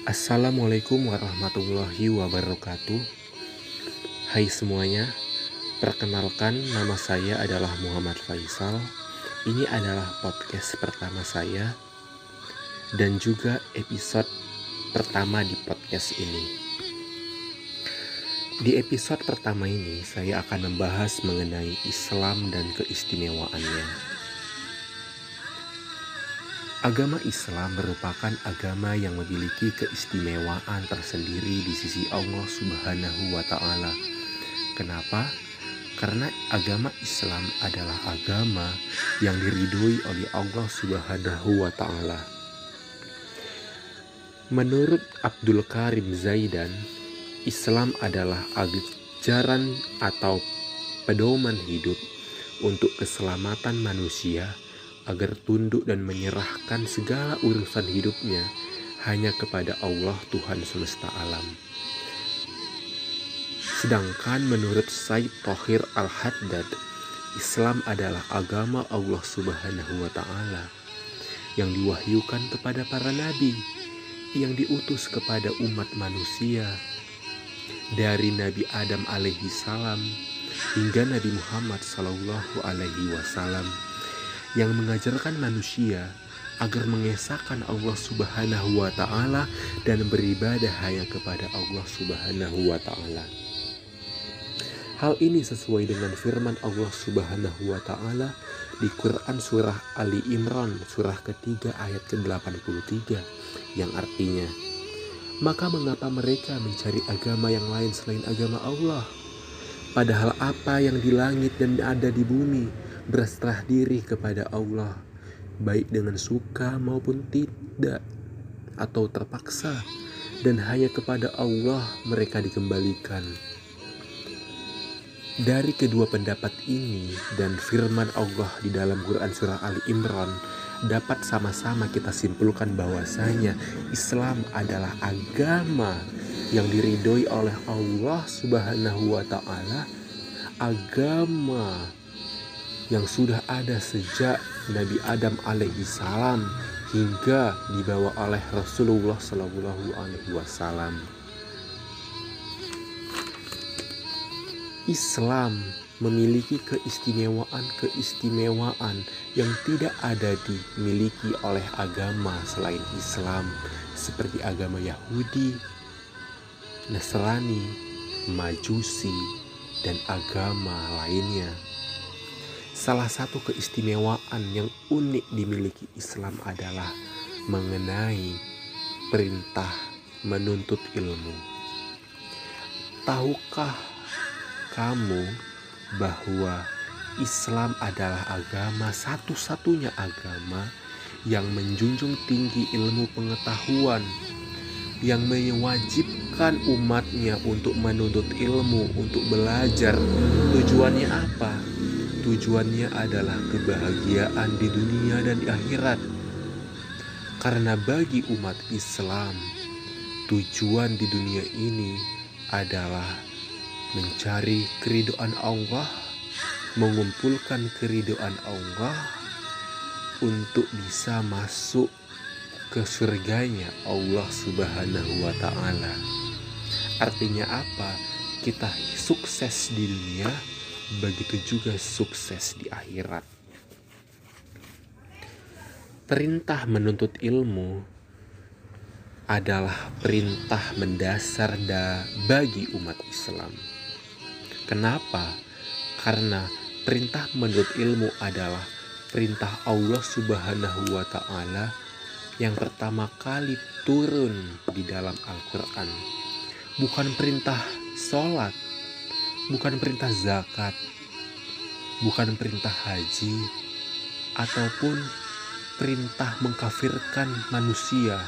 Assalamualaikum warahmatullahi wabarakatuh. Hai semuanya, perkenalkan nama saya adalah Muhammad Faisal. Ini adalah podcast pertama saya dan juga episode pertama di podcast ini. Di episode pertama ini saya akan membahas mengenai Islam dan keistimewaannya. Agama Islam merupakan agama yang memiliki keistimewaan tersendiri di sisi Allah Subhanahu wa Ta'ala. Kenapa? Karena agama Islam adalah agama yang diridhoi oleh Allah Subhanahu wa Ta'ala. Menurut Abdul Karim Zaidan, Islam adalah ajaran atau pedoman hidup untuk keselamatan manusia agar tunduk dan menyerahkan segala urusan hidupnya hanya kepada Allah Tuhan semesta alam. Sedangkan menurut Said Thohir Al-Haddad, Islam adalah agama Allah Subhanahu wa Ta'ala yang diwahyukan kepada para nabi yang diutus kepada umat manusia dari Nabi Adam alaihi salam hingga Nabi Muhammad sallallahu alaihi wasallam yang mengajarkan manusia agar mengesahkan Allah Subhanahu wa Ta'ala dan beribadah hanya kepada Allah Subhanahu wa Ta'ala. Hal ini sesuai dengan firman Allah Subhanahu wa Ta'ala di Quran surah Ali Imran surah ketiga ayat ke-83 yang artinya, maka mengapa mereka mencari agama yang lain selain agama Allah? Padahal apa yang di langit dan ada di bumi berserah diri kepada Allah, baik dengan suka maupun tidak atau terpaksa, dan hanya kepada Allah mereka dikembalikan. Dari kedua pendapat ini dan firman Allah di dalam Quran surah Ali Imran, dapat sama-sama kita simpulkan bahwasanya Islam adalah agama yang diridhoi oleh Allah Subhanahu wa Ta'ala, agama yang sudah ada sejak Nabi Adam alaihi salam hingga dibawa oleh Rasulullah sallallahu alaihi wasallam. Islam memiliki keistimewaan yang tidak ada dimiliki oleh agama selain Islam, seperti agama Yahudi, Nasrani, Majusi, dan agama lainnya. Salah satu keistimewaan yang unik dimiliki Islam adalah mengenai perintah menuntut ilmu. Tahukah kamu bahwa Islam adalah agama satu-satunya agama yang menjunjung tinggi ilmu pengetahuan, yang mewajibkan umatnya untuk menuntut ilmu, untuk belajar. Tujuannya apa? Tujuannya adalah kebahagiaan di dunia dan di akhirat. Karena bagi umat Islam, tujuan di dunia ini adalah mencari keridhaan Allah, mengumpulkan keridhaan Allah untuk bisa masuk ke surganya Allah Subhanahu wa Ta'ala. Artinya apa? Kita sukses di dunia, begitu juga sukses di akhirat. Perintah menuntut ilmu adalah perintah mendasar bagi umat Islam. Kenapa? Karena perintah menuntut ilmu adalah perintah Allah Subhanahu wa Ta'ala yang pertama kali turun di dalam Al-Quran. Bukan perintah sholat, bukan perintah zakat, bukan perintah haji, ataupun perintah mengkafirkan manusia.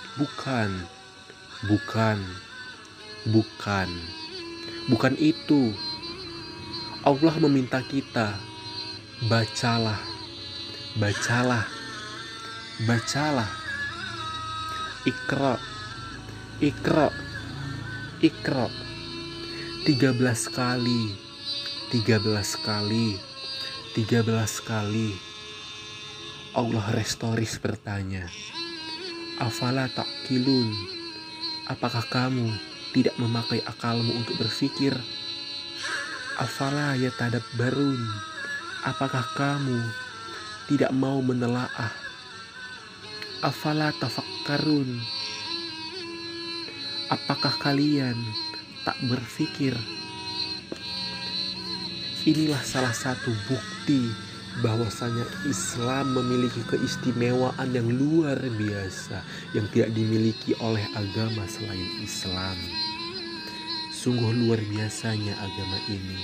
Bukan itu. Allah meminta kita, bacalah. Iqra. 13 kali Allah restoris bertanya, afala ta'qilun, Apakah kamu tidak memakai akalmu untuk berpikir? Afala yatadabbarun? Apakah kamu tidak mau menelaah? Afala tafakkarun? Apakah kalian tak berpikir? Inilah salah satu bukti bahwasanya Islam memiliki keistimewaan yang luar biasa yang tidak dimiliki oleh agama selain Islam. Sungguh luar biasanya agama ini.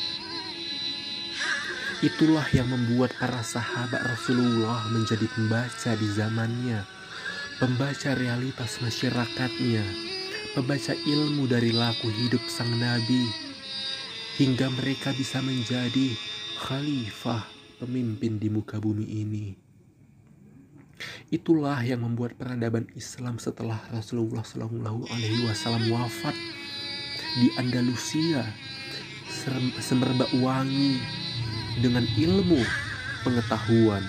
Itulah yang membuat para sahabat Rasulullah menjadi pembaca di zamannya, pembaca realitas masyarakatnya, pembaca ilmu dari laku hidup sang Nabi, hingga mereka bisa menjadi khalifah, pemimpin di muka bumi ini. Itulah yang membuat peradaban Islam setelah Rasulullah SAW wafat di Andalusia semerbak wangi dengan ilmu pengetahuan.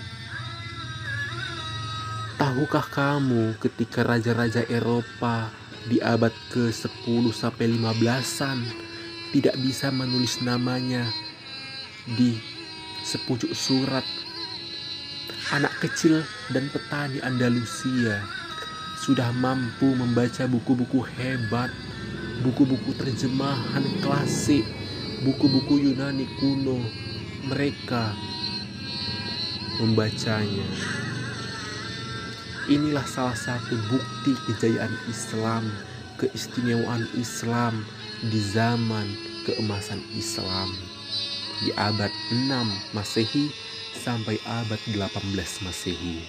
Tahukah kamu ketika raja-raja Eropa di abad ke-10 sampai 15-an tidak bisa menulis namanya di sepucuk surat? Anak kecil dan petani Andalusia sudah mampu membaca buku-buku hebat, buku-buku terjemahan klasik, buku-buku Yunani kuno. Mereka membacanya. Inilah salah satu bukti kejayaan Islam, keistimewaan Islam di zaman keemasan Islam di abad 6 Masehi sampai abad 18 Masehi.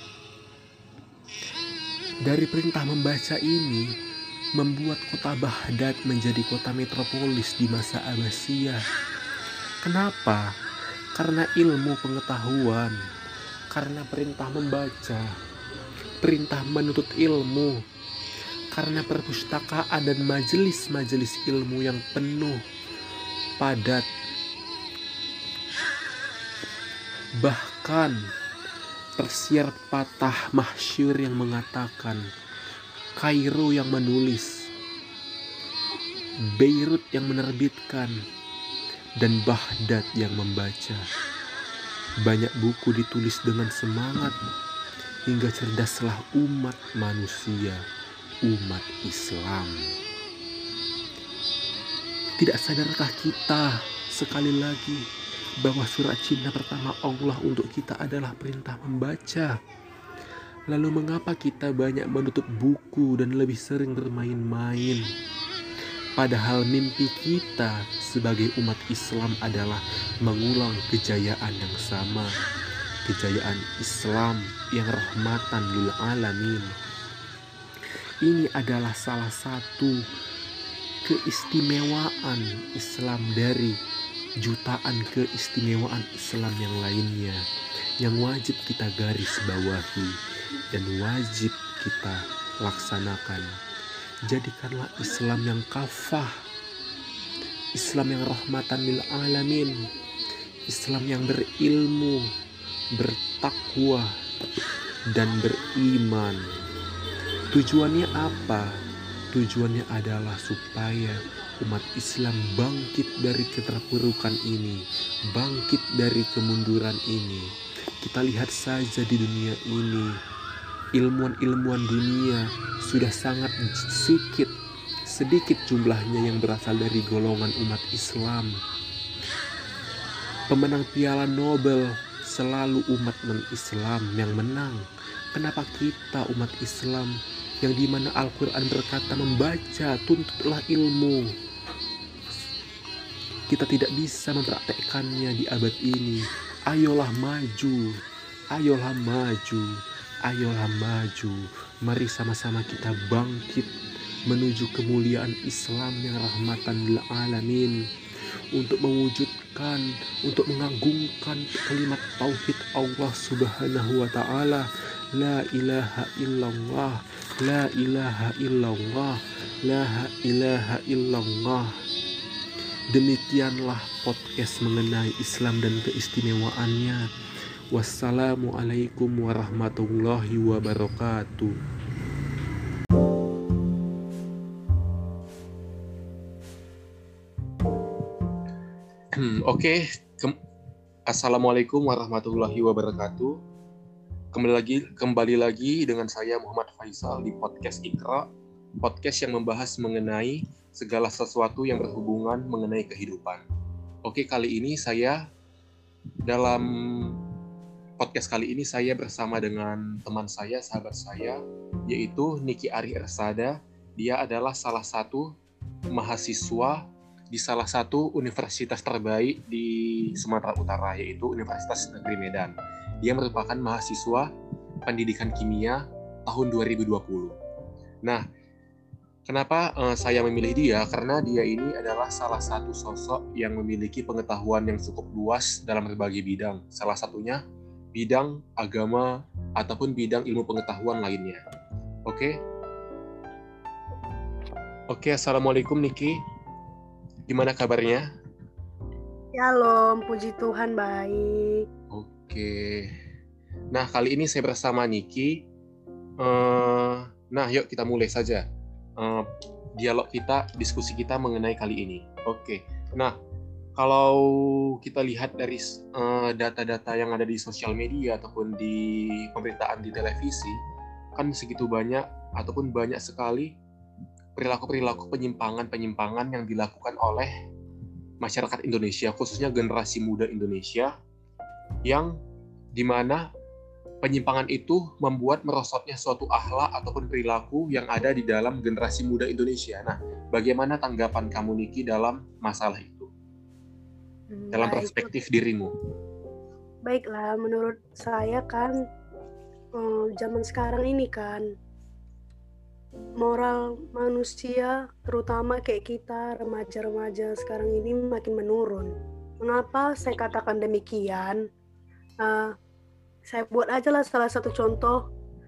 Dari perintah membaca ini membuat kota Baghdad menjadi kota metropolis di masa Abbasiyah. Kenapa? Karena ilmu pengetahuan, karena perintah membaca, perintah menuntut ilmu, karena perpustakaan dan majelis-majelis ilmu yang penuh, padat. Bahkan tersiar patah masyhur yang mengatakan Kairo yang menulis, Beirut yang menerbitkan, dan Baghdad yang membaca. Banyak buku ditulis dengan semangat, hingga cerdaslah umat manusia, umat Islam. Tidak sadarkah kita sekali lagi bahwa surat cinta pertama Allah untuk kita adalah perintah membaca? Lalu mengapa kita banyak menutup buku dan lebih sering bermain-main? Padahal mimpi kita sebagai umat Islam adalah mengulang kejayaan yang sama, kejayaan Islam yang rahmatan lil alamin. Ini adalah salah satu keistimewaan Islam dari jutaan keistimewaan Islam yang lainnya, yang wajib kita garis bawahi dan wajib kita laksanakan. Jadikanlah Islam yang kafah, Islam yang rahmatan lil alamin, Islam yang berilmu, bertakwa, dan beriman. Tujuannya apa? Tujuannya adalah supaya umat Islam bangkit dari keterpurukan ini, bangkit dari kemunduran ini. Kita lihat saja di dunia ini, ilmuwan-ilmuwan dunia sudah sangat sedikit jumlahnya yang berasal dari golongan umat Islam. Pemenang Piala Nobel selalu umat non-Islam yang menang. Kenapa kita umat Islam yang dimana Al-Quran berkata membaca, tuntutlah ilmu, kita tidak bisa mempraktekkannya di abad ini? Ayolah maju, ayolah maju, ayolah maju. Mari sama-sama kita bangkit menuju kemuliaan Islam yang rahmatan lil alamin, untuk mewujudkan, untuk mengagungkan kalimat tauhid Allah Subhanahu wa taala. La ilaha illallah, la ilaha illallah, la ilaha illallah. Demikianlah podcast mengenai Islam dan keistimewaannya. Wassalamualaikum warahmatullahi wabarakatuh. Oke, Assalamualaikum warahmatullahi wabarakatuh. Kembali lagi dengan saya Muhammad Faisal di podcast Iqra, podcast yang membahas mengenai segala sesuatu yang berhubungan mengenai kehidupan. Oke, dalam podcast kali ini saya bersama dengan teman saya, sahabat saya, yaitu Niki Ari Ersada. Dia adalah salah satu mahasiswa di salah satu universitas terbaik di Sumatera Utara, yaitu Universitas Negeri Medan. Dia merupakan mahasiswa pendidikan kimia tahun 2020. Nah, kenapa saya memilih dia? Karena dia ini adalah salah satu sosok yang memiliki pengetahuan yang cukup luas dalam berbagai bidang. Salah satunya bidang agama ataupun bidang ilmu pengetahuan lainnya. Oke, Assalamualaikum Niki. Gimana kabarnya? Shalom, puji Tuhan baik. Oke. Nah, kali ini saya bersama Niki. Nah, yuk kita mulai saja dialog kita, diskusi kita mengenai kali ini. Oke. Nah, kalau kita lihat dari data-data yang ada di sosial media ataupun di pemberitaan di televisi, kan segitu banyak ataupun banyak sekali perilaku-perilaku penyimpangan yang dilakukan oleh masyarakat Indonesia, khususnya generasi muda Indonesia, yang dimana penyimpangan itu membuat merosotnya suatu akhlak ataupun perilaku yang ada di dalam generasi muda Indonesia. Nah, bagaimana tanggapan kamu, Niki, dalam masalah itu? Dalam perspektif dirimu. Baiklah, menurut saya kan zaman sekarang ini kan moral manusia, terutama kayak kita remaja-remaja sekarang ini makin menurun. Mengapa saya katakan demikian? Saya buat aja lah salah satu contoh.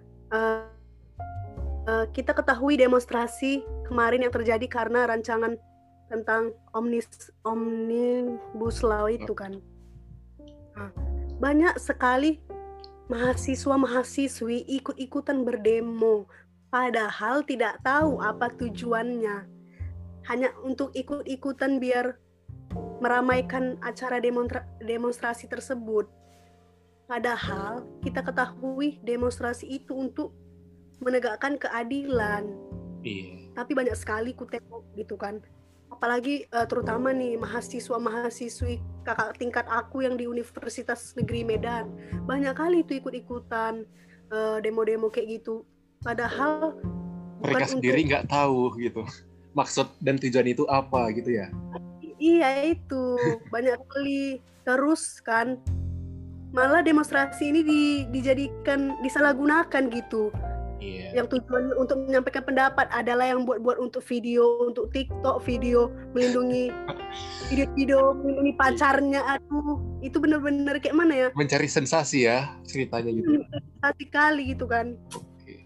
Kita ketahui demonstrasi kemarin yang terjadi karena rancangan tentang Omnibus Law itu kan. Banyak sekali mahasiswa-mahasiswi ikut-ikutan berdemo, padahal tidak tahu apa tujuannya. Hanya untuk ikut-ikutan biar meramaikan acara demonstrasi tersebut. Padahal kita ketahui demonstrasi itu untuk menegakkan keadilan. Iya. Tapi banyak sekali kutengok gitu kan. Apalagi terutama nih mahasiswa-mahasiswi kakak tingkat aku yang di Universitas Negeri Medan. Banyak kali itu ikut-ikutan demo-demo kayak gitu. Padahal mereka sendiri nggak tahu gitu maksud dan tujuan itu apa gitu ya. Iya, itu banyak kali. Terus kan malah demonstrasi ini disalahgunakan gitu. Iya. Yang tujuannya untuk menyampaikan pendapat adalah yang buat untuk video, untuk TikTok, video melindungi melindungi pacarnya. Aduh, itu benar-benar kayak mana ya? Mencari sensasi ya ceritanya gitu. Sensasi kali gitu kan. Oke.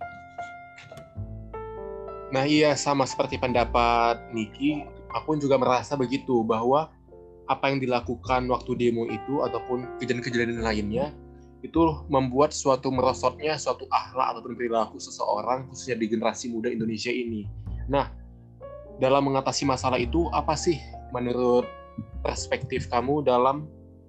Nah iya, sama seperti pendapat Niki, aku juga merasa begitu, bahwa apa yang dilakukan waktu demo itu ataupun kejadian-kejadian lainnya itu membuat suatu merosotnya suatu akhlak ataupun perilaku seseorang, khususnya di generasi muda Indonesia ini. Nah, dalam mengatasi masalah itu, apa sih menurut perspektif kamu dalam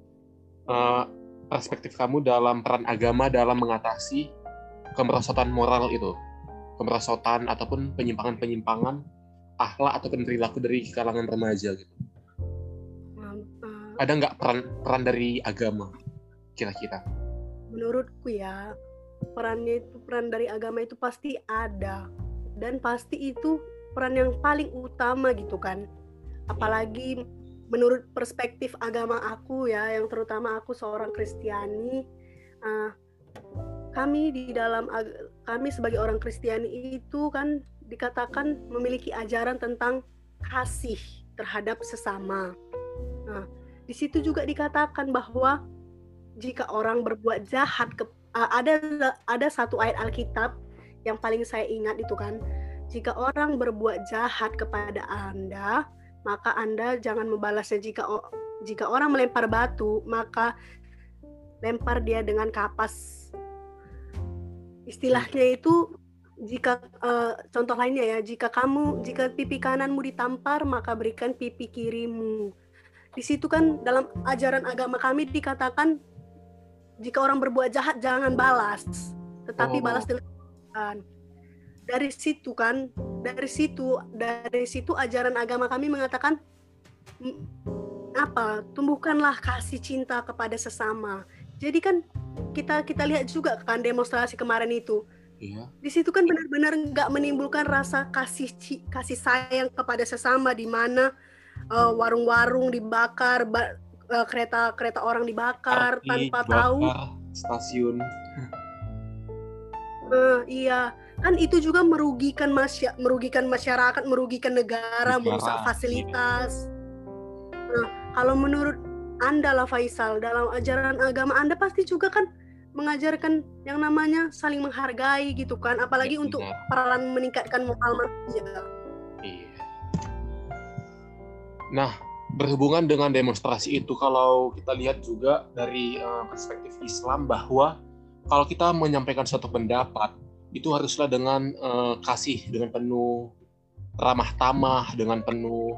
peran agama dalam mengatasi kemerosotan moral itu? Kemerosotan ataupun penyimpangan akhlak ataupun perilaku dari kalangan remaja gitu. Ada nggak peran dari agama kira-kira? Menurutku ya, peran dari agama itu pasti ada, dan pasti itu peran yang paling utama gitu kan. Apalagi menurut perspektif agama aku ya, yang terutama aku seorang Kristiani. Kami sebagai orang Kristiani itu kan dikatakan memiliki ajaran tentang kasih terhadap sesama. Nah, di situ juga dikatakan bahwa jika orang berbuat jahat, ada satu ayat Alkitab yang paling saya ingat itu kan, jika orang berbuat jahat kepada Anda, maka Anda jangan membalasnya. Jika orang melempar batu, maka lempar dia dengan kapas. Istilahnya itu, jika contoh lainnya ya, jika pipi kananmu ditampar, maka berikan pipi kirimu. di situ kan dalam ajaran agama kami dikatakan jika orang berbuat jahat jangan balas, tetapi balas dengan kebaikan. Dari situ ajaran agama kami mengatakan tumbuhkanlah kasih cinta kepada sesama. Jadi kan kita lihat juga kan demonstrasi kemarin itu. Iya. Di situ kan benar-benar nggak menimbulkan rasa kasih sayang kepada sesama, di mana warung-warung dibakar, kereta orang dibakar tanpa tahu. Stasiun. Iya, kan itu juga merugikan masyarakat, merugikan negara, merusak fasilitas. Nah, kalau menurut Anda lah Faisal, dalam ajaran agama Anda pasti juga kan mengajarkan yang namanya saling menghargai gitu kan, apalagi ya, untuk peran meningkatkan moral manusia. Iya. Nah, berhubungan dengan demonstrasi itu, kalau kita lihat juga dari perspektif Islam bahwa kalau kita menyampaikan suatu pendapat itu haruslah dengan kasih, dengan penuh ramah tamah, dengan penuh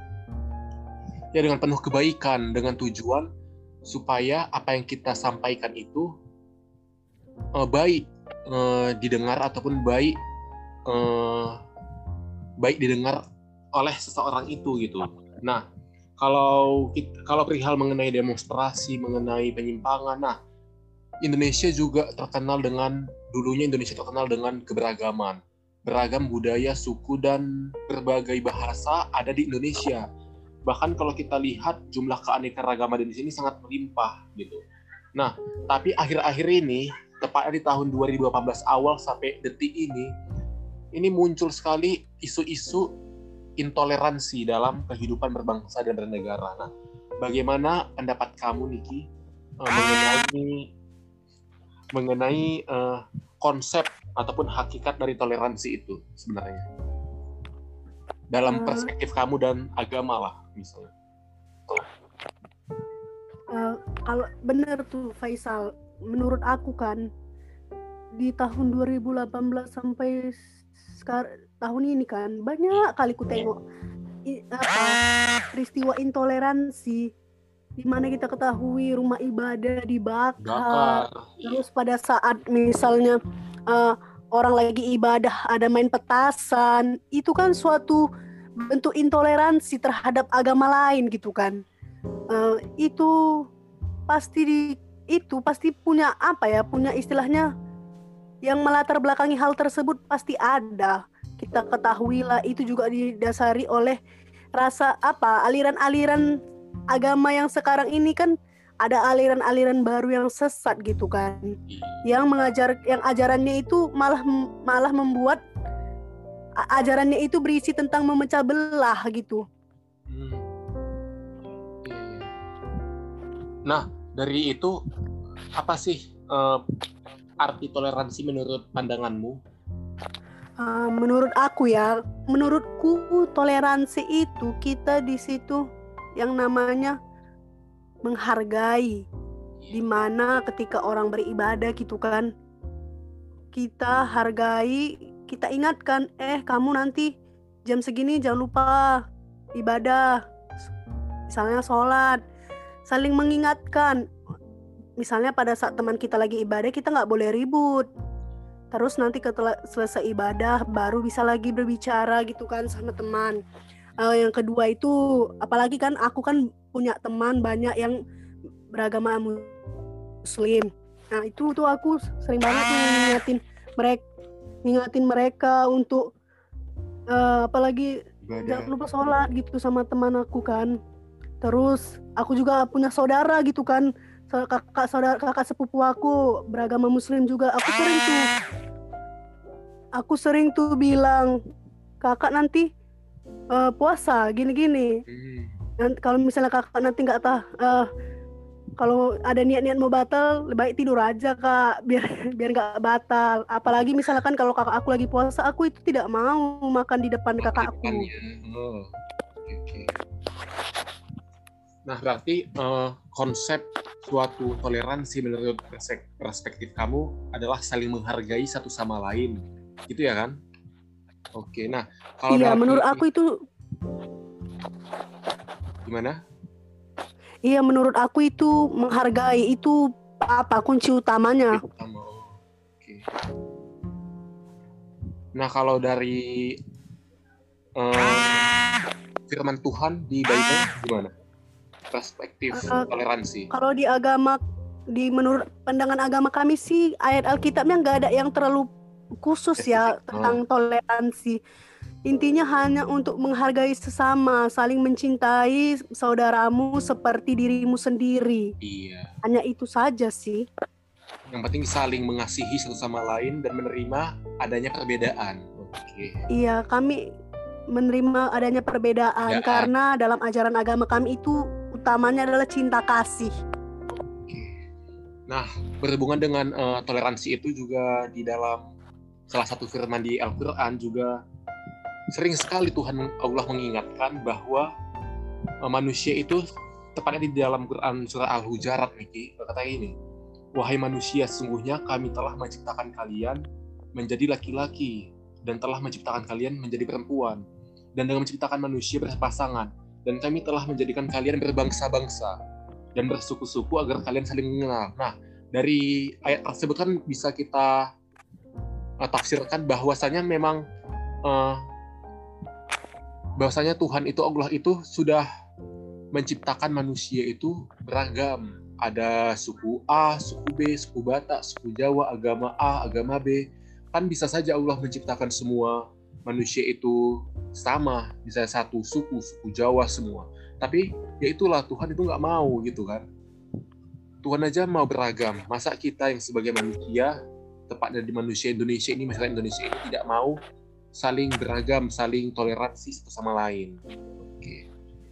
kebaikan, dengan tujuan supaya apa yang kita sampaikan itu baik didengar ataupun baik didengar oleh seseorang itu gitu. Nah, kalau perihal mengenai demonstrasi, mengenai penyimpangan, nah Indonesia terkenal dengan keberagaman, beragam budaya, suku dan berbagai bahasa ada di Indonesia. Bahkan kalau kita lihat jumlah keanekaragaman di sini sangat melimpah gitu. Nah, tapi akhir-akhir ini, tepatnya di tahun 2018 awal sampai detik ini muncul sekali isu-isu intoleransi dalam kehidupan berbangsa dan bernegara. Nah, bagaimana pendapat kamu, Niki, mengenai konsep ataupun hakikat dari toleransi itu sebenarnya? Dalam perspektif kamu dan agama lah, misalnya. Kalau benar tuh Faisal, menurut aku kan di tahun 2018 sampai tahun ini kan banyak kali ku tengok peristiwa intoleransi di mana kita ketahui rumah ibadah dibakar. Terus pada saat misalnya orang lagi ibadah ada main petasan, itu kan suatu bentuk intoleransi terhadap agama lain gitu kan. Itu pasti punya punya istilahnya yang melatar belakangi hal tersebut pasti ada. Kita ketahuilah itu juga didasari oleh rasa aliran-aliran agama yang sekarang ini kan ada aliran-aliran baru yang sesat gitu kan. Yang ajarannya itu malah membuat ajarannya itu berisi tentang memecah belah gitu. Nah, dari itu apa sih arti toleransi menurut pandanganmu? Menurutku toleransi itu kita di situ yang namanya menghargai, di mana ketika orang beribadah gitu kan, kita hargai, kita ingatkan, kamu nanti jam segini jangan lupa ibadah, misalnya sholat, saling mengingatkan. Misalnya pada saat teman kita lagi ibadah, kita nggak boleh ribut. Terus nanti setelah selesai ibadah, baru bisa lagi berbicara gitu kan sama teman. Yang kedua itu, apalagi kan aku kan punya teman banyak yang beragama Muslim. Nah itu tuh aku sering banget ngingatin mereka untuk apalagi jangan lupa sholat gitu sama teman aku kan. Terus aku juga punya saudara gitu kan, kakak sepupu aku beragama Muslim juga. Aku sering tuh bilang, kakak nanti puasa gini-gini. Kalau misalnya kakak nanti nggak kalau ada niat-niat mau batal, lebih baik tidur aja kak, biar nggak batal. Apalagi misalkan kalau kakak aku lagi puasa, aku itu tidak mau makan di depan kakakku. Okay. Nah, berarti konsep suatu toleransi menurut perspektif kamu adalah saling menghargai satu sama lain, gitu ya kan? Oke, nah kalau menurut aku itu gimana? Iya, menurut aku itu menghargai itu apa kunci utamanya. Utama. Oke. Nah, kalau dari firman Tuhan di Bible gimana? Perspektif Eh, toleransi. Kalau di agama, menurut pandangan agama kami sih ayat Alkitabnya nggak ada yang terlalu khusus ya Spesifik. tentang toleransi. Intinya hanya untuk menghargai sesama, saling mencintai saudaramu seperti dirimu sendiri. Iya. Hanya itu saja sih. Yang penting saling mengasihi satu sama lain dan menerima adanya perbedaan. Oke. Iya, kami menerima adanya perbedaan karena dalam ajaran agama kami itu utamanya adalah cinta kasih. Oke. Nah, berhubungan dengan toleransi itu juga di dalam salah satu firman di Al-Quran juga sering sekali Tuhan Allah mengingatkan bahwa manusia itu tepatnya di dalam Quran surah Al-Hujarat Niki berkata ini, wahai manusia, sesungguhnya kami telah menciptakan kalian menjadi laki-laki dan telah menciptakan kalian menjadi perempuan dan dengan menciptakan manusia berpasangan dan kami telah menjadikan kalian berbangsa-bangsa dan bersuku-suku agar kalian saling mengenal. Nah, dari ayat tersebut kan bisa kita tafsirkan bahwasanya memang bahwasanya Tuhan itu, Allah itu sudah menciptakan manusia itu beragam. Ada suku A, suku B, suku Batak, suku Jawa, agama A, agama B. Kan bisa saja Allah menciptakan semua manusia itu sama, bisa satu suku, suku Jawa semua. Tapi ya itulah, Tuhan itu nggak mau gitu kan. Tuhan aja mau beragam. Masa kita yang sebagai manusia, tepatnya di manusia Indonesia ini, masyarakat Indonesia ini tidak mau saling beragam, saling toleransi satu sama lain. Oke.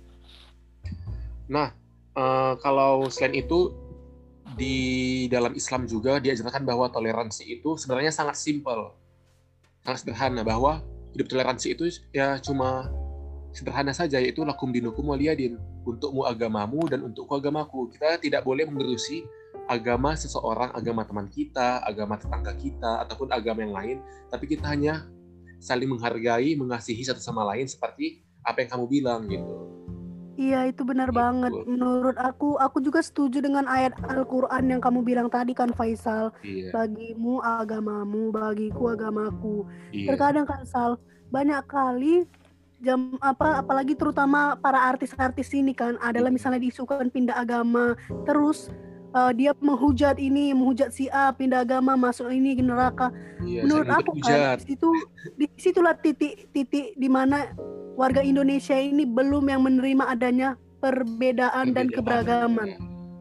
Nah, kalau selain itu di dalam Islam juga diajarkan bahwa toleransi itu sebenarnya sangat simpel, sangat sederhana, bahwa hidup toleransi itu ya cuma sederhana saja, yaitu lakum dinukum waliyadin, untukmu agamamu dan untukku agamaku. Kita tidak boleh mengurusi agama seseorang, agama teman kita, agama tetangga kita, ataupun agama yang lain, tapi kita hanya saling menghargai, mengasihi satu sama lain seperti apa yang kamu bilang gitu. Iya, itu benar banget. Menurut aku juga setuju dengan ayat Al-Quran yang kamu bilang tadi kan, Faisal. Iya. Bagimu agamamu, bagiku agamaku. Iya. Terkadang kan, Sal, banyak kali apalagi terutama para artis-artis ini kan adalah misalnya diisukan pindah agama, terus dia menghujat si A, pindah agama, masuk ini ke neraka. Iya, menurut aku kan disitulah titik di mana warga Indonesia ini belum yang menerima adanya perbedaan dan keberagaman.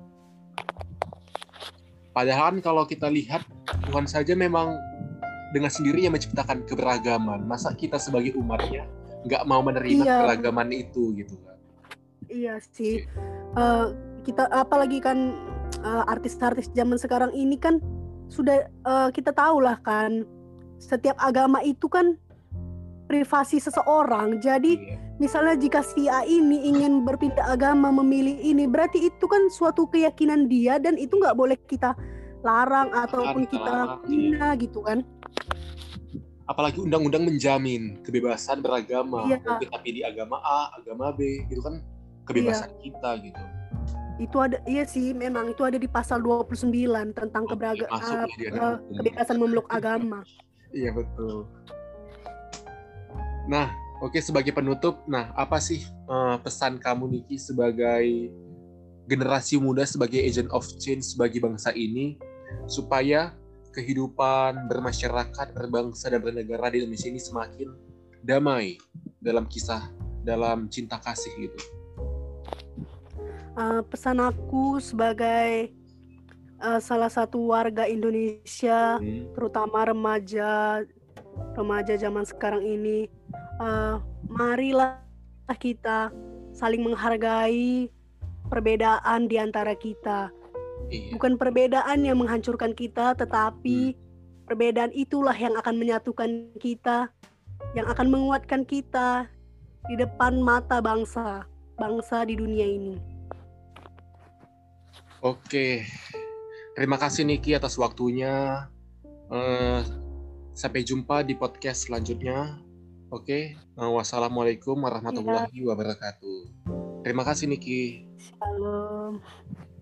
Padahal kalau kita lihat, Tuhan saja memang dengan sendirinya menciptakan keberagaman. Masa kita sebagai umatnya nggak mau menerima keberagaman itu gitu kan? Iya sih. Kita apalagi kan artis-artis zaman sekarang ini kan sudah kita tahu lah kan, setiap agama itu kan privasi seseorang. Jadi misalnya jika si A ini ingin berpindah agama, memilih ini, berarti itu kan suatu keyakinan dia dan itu nggak boleh kita larang ataupun kita hina gitu kan. Apalagi undang-undang menjamin kebebasan beragama, tapi di agama A, agama B, itu kan kebebasan kita gitu. Itu ada, iya sih, memang itu ada di pasal 29 tentang kebebasan memeluk agama. Iya betul. Nah, oke, sebagai penutup, nah apa sih pesan kamu Niki sebagai generasi muda, sebagai agent of change bagi bangsa ini supaya kehidupan bermasyarakat, berbangsa dan bernegara di Indonesia ini semakin damai dalam kisah, dalam cinta kasih gitu? Pesan aku sebagai salah satu warga Indonesia, terutama remaja zaman sekarang ini, marilah kita saling menghargai perbedaan di antara kita. Bukan perbedaan yang menghancurkan kita, tetapi perbedaan itulah yang akan menyatukan kita, yang akan menguatkan kita di depan mata bangsa di dunia ini. Oke, terima kasih Niki atas waktunya. Sampai jumpa di podcast selanjutnya. Oke, wassalamualaikum warahmatullahi wabarakatuh. Terima kasih Niki. Shalom.